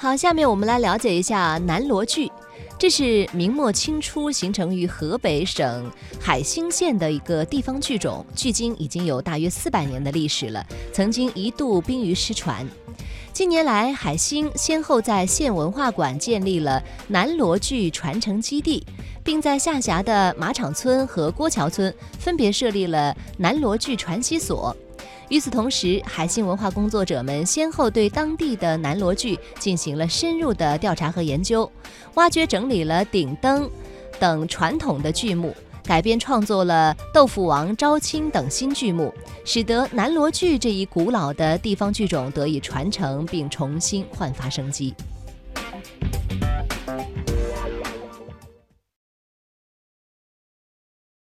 好，下面我们来了解一下南锣剧。这是明末清初形成于河北省海兴县的一个地方剧种，距今已经有大约400年的历史了，曾经一度濒于失传。近年来，海兴先后在县文化馆建立了南锣剧传承基地，并在下辖的马场村和郭桥村分别设立了南锣剧传习所。与此同时，海兴文化工作者们先后对当地的南锣剧进行了深入的调查和研究，挖掘整理了顶灯等传统的剧目，改编创作了《豆腐王》《招亲》等新剧目，使得南锣剧这一古老的地方剧种得以传承并重新焕发生机。